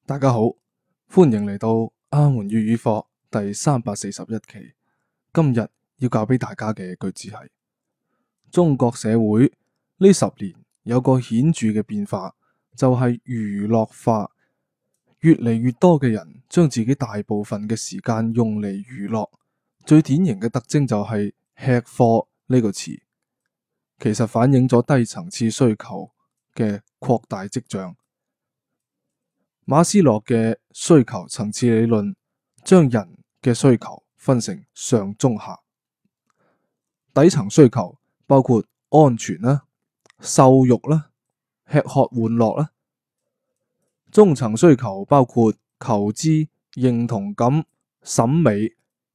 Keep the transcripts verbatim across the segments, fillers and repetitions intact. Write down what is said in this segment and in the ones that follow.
大家好，歡迎嚟到阿門粵語課第三百四十一期。今日要教俾大家嘅句子係：中國社會呢十年有個顯著嘅變化，就係娛樂化，越嚟越多嘅人將自己大部分嘅時間用嚟娛樂。最典型嘅特徵就係吃貨呢個詞，其實反映咗低層次需求嘅擴大跡象。馬斯洛嘅需求層次理論將人嘅需求分成上中下。底層需求包括安全啦、瘦肉啦、吃喝玩樂啦。中層需求包括求知、認同感、審美。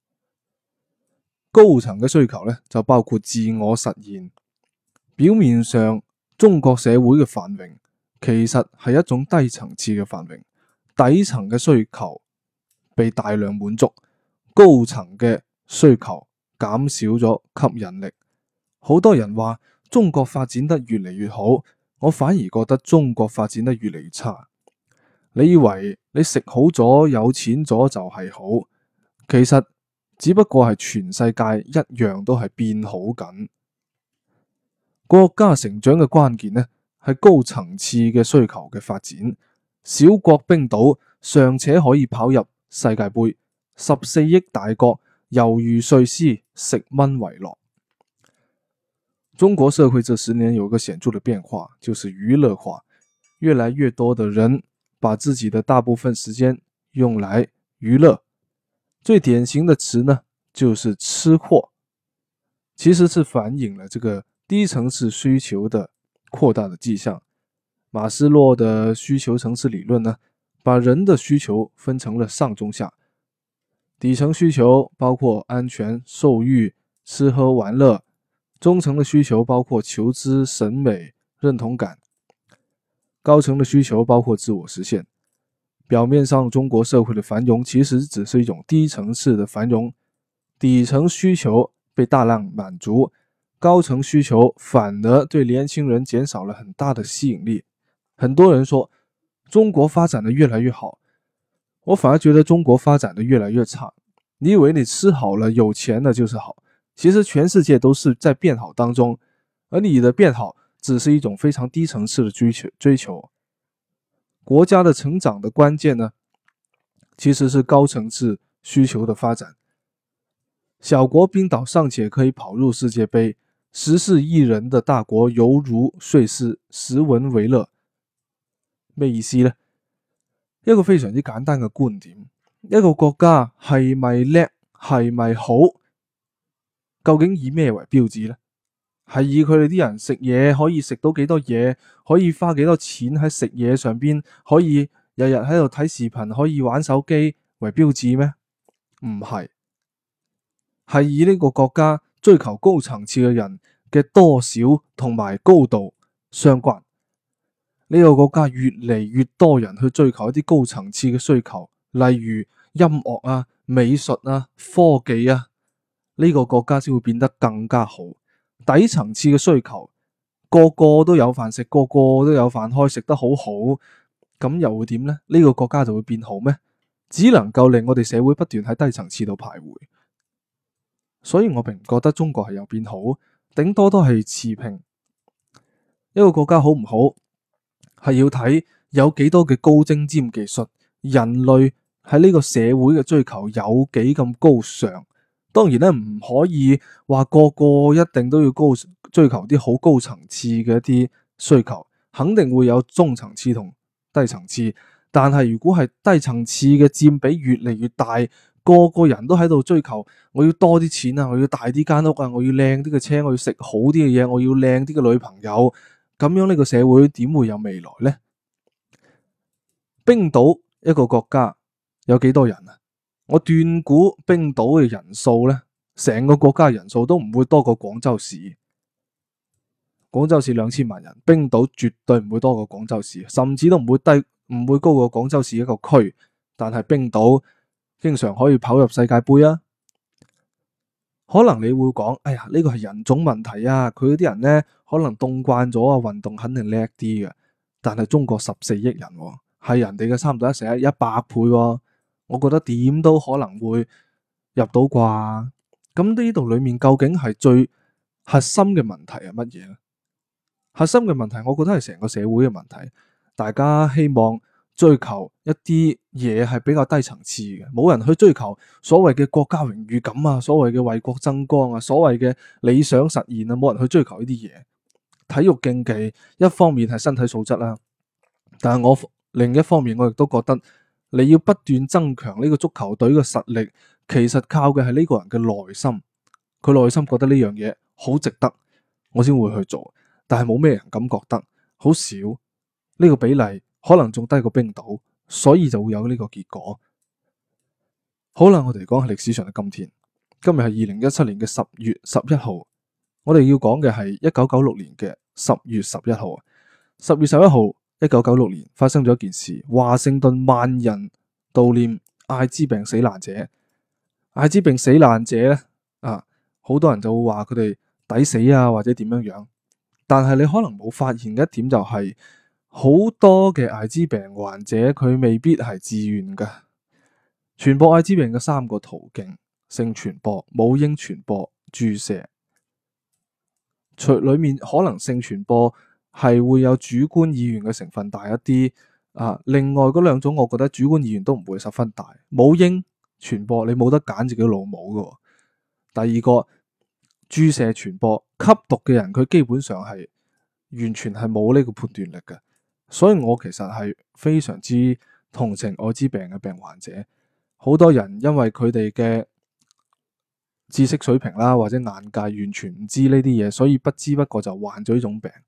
高層嘅需求呢，就包括自我實現。表面上，中國社會嘅繁榮其實係一種低層次嘅繁榮，底層嘅需求被大量滿足，高層嘅需求減少咗吸引力。好多人話中國發展得越嚟越好，我反而覺得中國發展得越嚟越差。你以為你食好咗、有錢咗就係好，其實只不過係全世界一樣都係變好緊。國家成長嘅關鍵呢，係高層次嘅需求嘅發展。小國冰島尚且可以跑入世界盃，十四億大國猶如睡獅，食蚊為樂。中國社會這十年有個顯著的變化，就是娛樂化，越來越多的人把自己的大部分時間用來娛樂。最典型的詞呢，就是吃貨，其實是反映了這個低層次需求的擴大的跡象。馬斯洛的需求層次理論呢，把人的需求分成了上中下。底層需求包括安全、受欲、吃喝玩樂。中層的需求包括求知、審美、認同感。高層的需求包括自我實現。表面上，中國社會的繁榮其實只是一種低層次的繁榮，底層需求被大量滿足，高層需求反而對年輕人減少了很大的吸引力。很多人說中國發展得越來越好，我反而覺得中國發展得越來越差。你以為你吃好了、有錢了就是好，其實全世界都是在變好當中，而你的變好只是一種非常低層次的追求追求。國家的成長的關鍵呢，其實是高層次需求的發展。小國冰島尚且可以跑入世界盃，十四億人的大國猶如睡獅，食蚊為樂。咩意思呢？一個非常之簡單嘅觀點，一個國家係咪叻，係咪好，究竟以咩為標誌呢？係以佢哋啲人食嘢可以食到幾多嘢，可以花幾多錢喺食嘢上邊，可以日日喺度睇視頻，可以玩手機為標誌咩？唔係，係以呢個國家追求高層次嘅人嘅多少同埋高度相關。呢個國家越嚟越多人去追求一啲高層次嘅需求，例如音樂啊、美術啊、科技啊，呢個國家先會變得更加好。底層次嘅需求，個個都有飯食，個個都有飯開，食得好好，咁又會點呢？呢個國家就會變好咩？只能夠令我哋社會不斷喺低層次度徘徊。所以我並唔覺得中國係有變好，頂多都係持平。一個國家好唔好，係要睇有幾多嘅高精尖技術，人類喺呢個社會嘅追求有幾咁高尚。當然咧，唔可以話個個一定都要高追求啲好高層次嘅一啲需求，肯定會有中層次同低層次。但係如果係低層次嘅佔比越嚟越大，個個人都喺度追求，我要多啲錢啊，我要大啲間屋啊，我要靚啲嘅車，我要食好啲嘅嘢，我要靚啲嘅女朋友，咁樣呢個社會點會有未來呢？冰島一個國家有幾多人啊？我斷估冰島嘅人數呢，成個國家人數都唔會多過廣州市。廣州市兩千萬人，冰島絕對唔會多過廣州市，甚至都唔會低，唔會高過廣州市一個區。但係冰島經常可以跑入世界盃啊。可能你會講，哎呀，呢個係人種問題啊，佢啲人呢可能凍慣咗啊，運動肯定叻啲嘅。但係中國十四億人喎， 係人哋嘅差唔多一成一百倍喎，我覺得點都可能會入到啩。咁呢度裏面究竟係最核心嘅問題係乜嘢咧？核心嘅問題，我覺得係成個社會嘅問題。大家希望追求一啲嘢係比較低層次嘅，冇人去追求所謂嘅國家榮譽感啊，所謂嘅為國爭光啊，所謂嘅理想實現啊，冇人去追求呢啲嘢。體育競技一方面係身體素質啦，但係我另一方面我亦都覺得你要不斷增強呢個足球隊嘅實力，其實靠嘅係呢個人嘅內心，佢內心覺得呢樣嘢好值得，我先會去做。但係冇咩人咁覺得，好少，呢個比例可能仲低過冰島，所以就會有呢個結果。好啦，我哋講下歷史上嘅今天，今日係二零一七年嘅十月十一號，我哋要講嘅係一九九六年嘅十月十一號。十月十一號，一九九六年發生咗一件事，華盛頓萬人悼念艾滋病死難者。艾滋病死難者咧，啊，好多人就會話佢哋抵死啊，或者點樣樣。但係你可能冇發現嘅一點就係、是，好多嘅艾滋病患者佢未必係自願㗎。傳播艾滋病嘅三個途徑：性傳播、母嬰傳播、注射。除裏面可能性傳播係會有主觀意願嘅成分大一啲啊。另外嗰兩種，我覺得主觀意願都唔會十分大。母嬰傳播你冇得揀自己老母㗎。第二個。注射傳播，吸毒嘅人佢基本上係完全係冇呢個判斷力嘅，所以我其實係非常之同情艾滋病嘅病患者。好多人因為佢哋嘅知識水平啦，或者眼界完全唔知呢啲嘢，所以不知不覺就患咗呢種病。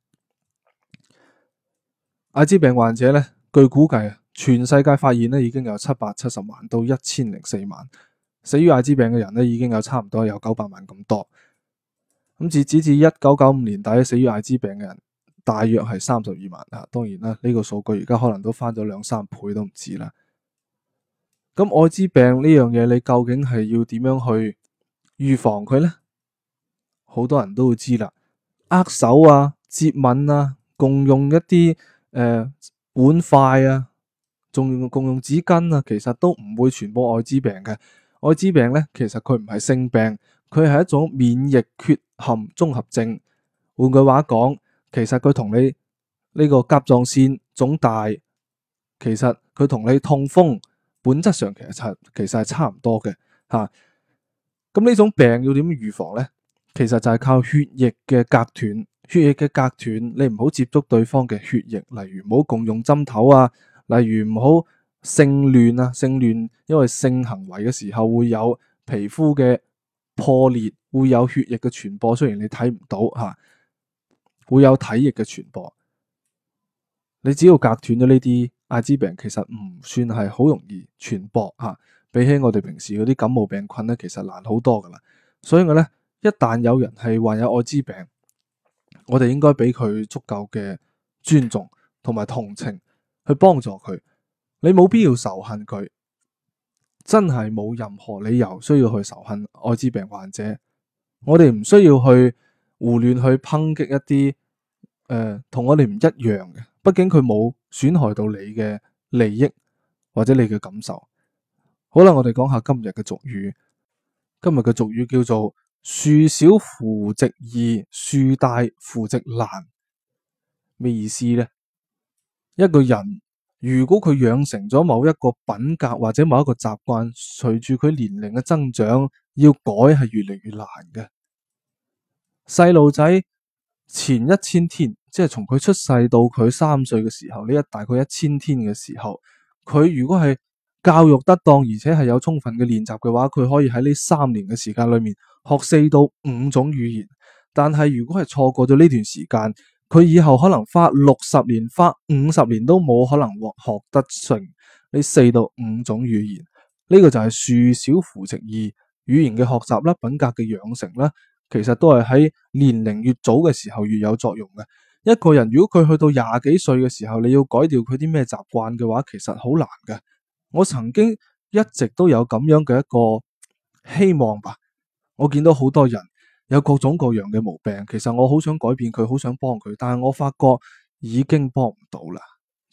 艾滋病患者咧，據估計全世界發現咧已經有七百七十萬到一千零四萬，死於艾滋病嘅人咧已經有差唔多有九百萬咁多。咁截止至一九九五年底，死於艾滋病嘅人大約係三十二萬啊。當然啦，呢個數據而家可能都翻咗兩三倍都唔止啦。咁艾滋病呢樣嘢，你究竟係要點樣去預防佢呢？好多人都會知啦，握手啊、接吻啊、共用一啲誒、呃、碗筷啊、仲用共用紙巾啊，其實都唔會傳播艾滋病嘅。艾滋病咧，其實佢唔係性病，佢係一種免疫缺陷綜合症。換句話講，其實佢同你呢個甲狀腺腫大，其實佢同你痛風本質上其實其實係差唔多嘅吓。咁、啊、呢種病要點預防呢？其實就係靠血液嘅隔斷，血液嘅隔斷，你唔好接觸對方嘅血液，例如唔好共用針頭啊，例如唔好性戀啊，性戀因為性行為嘅時候會有皮膚嘅破裂，會有血液嘅傳播，雖然你睇唔到吓、啊，會有體液嘅傳播。你只要隔斷咗呢啲，艾滋病其實唔算係好容易傳播吓、啊，比起我哋平時嗰啲感冒病菌咧，其實難好多噶啦。所以我咧，一旦有人係患有艾滋病，我哋應該俾佢足夠嘅尊重同埋同情去幫助佢。你冇必要仇恨佢，真係冇任何理由需要去仇恨艾滋病患者。我哋唔需要去胡亂去抨擊一啲誒同我哋唔一樣嘅，畢竟佢冇損害到你嘅利益或者你嘅感受。好啦，我哋講下今日嘅俗語。今日嘅俗語叫做樹小扶直易，樹大扶直難。咩意思呢？一個人如果佢養成咗某一個品格或者某一個習慣，隨住佢年齡嘅增長，要改係越嚟越難嘅。細路仔前一千天，即係從佢出世到佢三歲嘅時候，呢一大概一千天嘅時候，佢如果係教育得當，而且係有充分嘅練習嘅話，佢可以喺呢三年嘅時間裏面學四到五種語言。但係如果係錯過咗呢段時間，佢以後可能花六十年、花五十年都冇可能學得成呢四到五種語言。呢個就係樹小扶直易，語言嘅學習啦、品格嘅養成啦，其實都係喺年齡越早嘅時候越有作用嘅。一個人如果佢去到廿幾歲嘅時候，你要改掉佢啲咩習慣嘅話，其實好難嘅。我曾經一直都有咁樣嘅一個希望吧。我見到好多人有各種各樣嘅毛病，其實我好想改變佢，好想幫佢，但係我發覺已經幫唔到啦。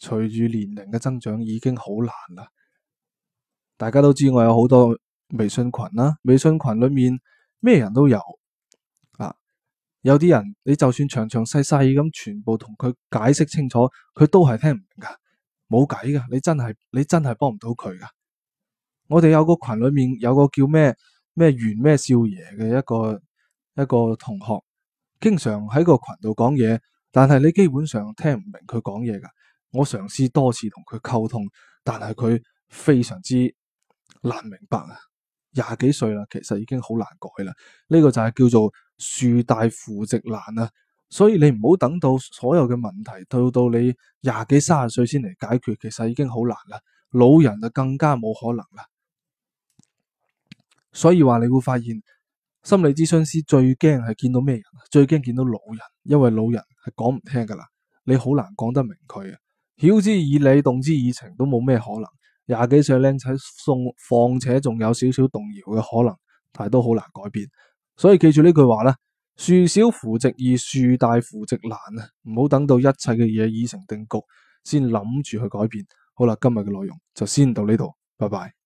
隨住年齡嘅增長已經好難啦。大家都知我有好多微信群啦，微信群裏面咩人都有啊。有啲人你就算詳詳細細咁全部同佢解釋清楚，佢都係聽唔明噶，冇計噶，你真係你真係幫唔到佢噶。我哋有個群裏面有個叫咩咩袁咩少爺嘅一個一個同學，經常喺個群度講嘢，但係你基本上聽唔明佢講嘢噶。我嘗試多次同佢溝通，但係佢非常之難明白啊。廿幾歲啦，其實已經好難改啦。呢個就係叫做樹大扶植難啊。所以你唔好等到所有嘅問題到到你廿幾三十歲先嚟解決，其實已經好難啦。老人就更加冇可能啦。所以話你會發現，心理諮詢師最驚係見到咩人？最驚見到老人，因為老人係講唔聽噶啦，你好難講得明佢啊。曉之以理，動之以情都冇咩可能。廿幾歲靚仔送，況且仲有少少動搖嘅可能，但係都好難改變。所以記住呢句話啦：樹小扶植易，樹大扶植難啊！唔好等到一切嘅嘢已成定局，先諗住去改變。好啦，今日嘅內容就先到呢度，拜拜。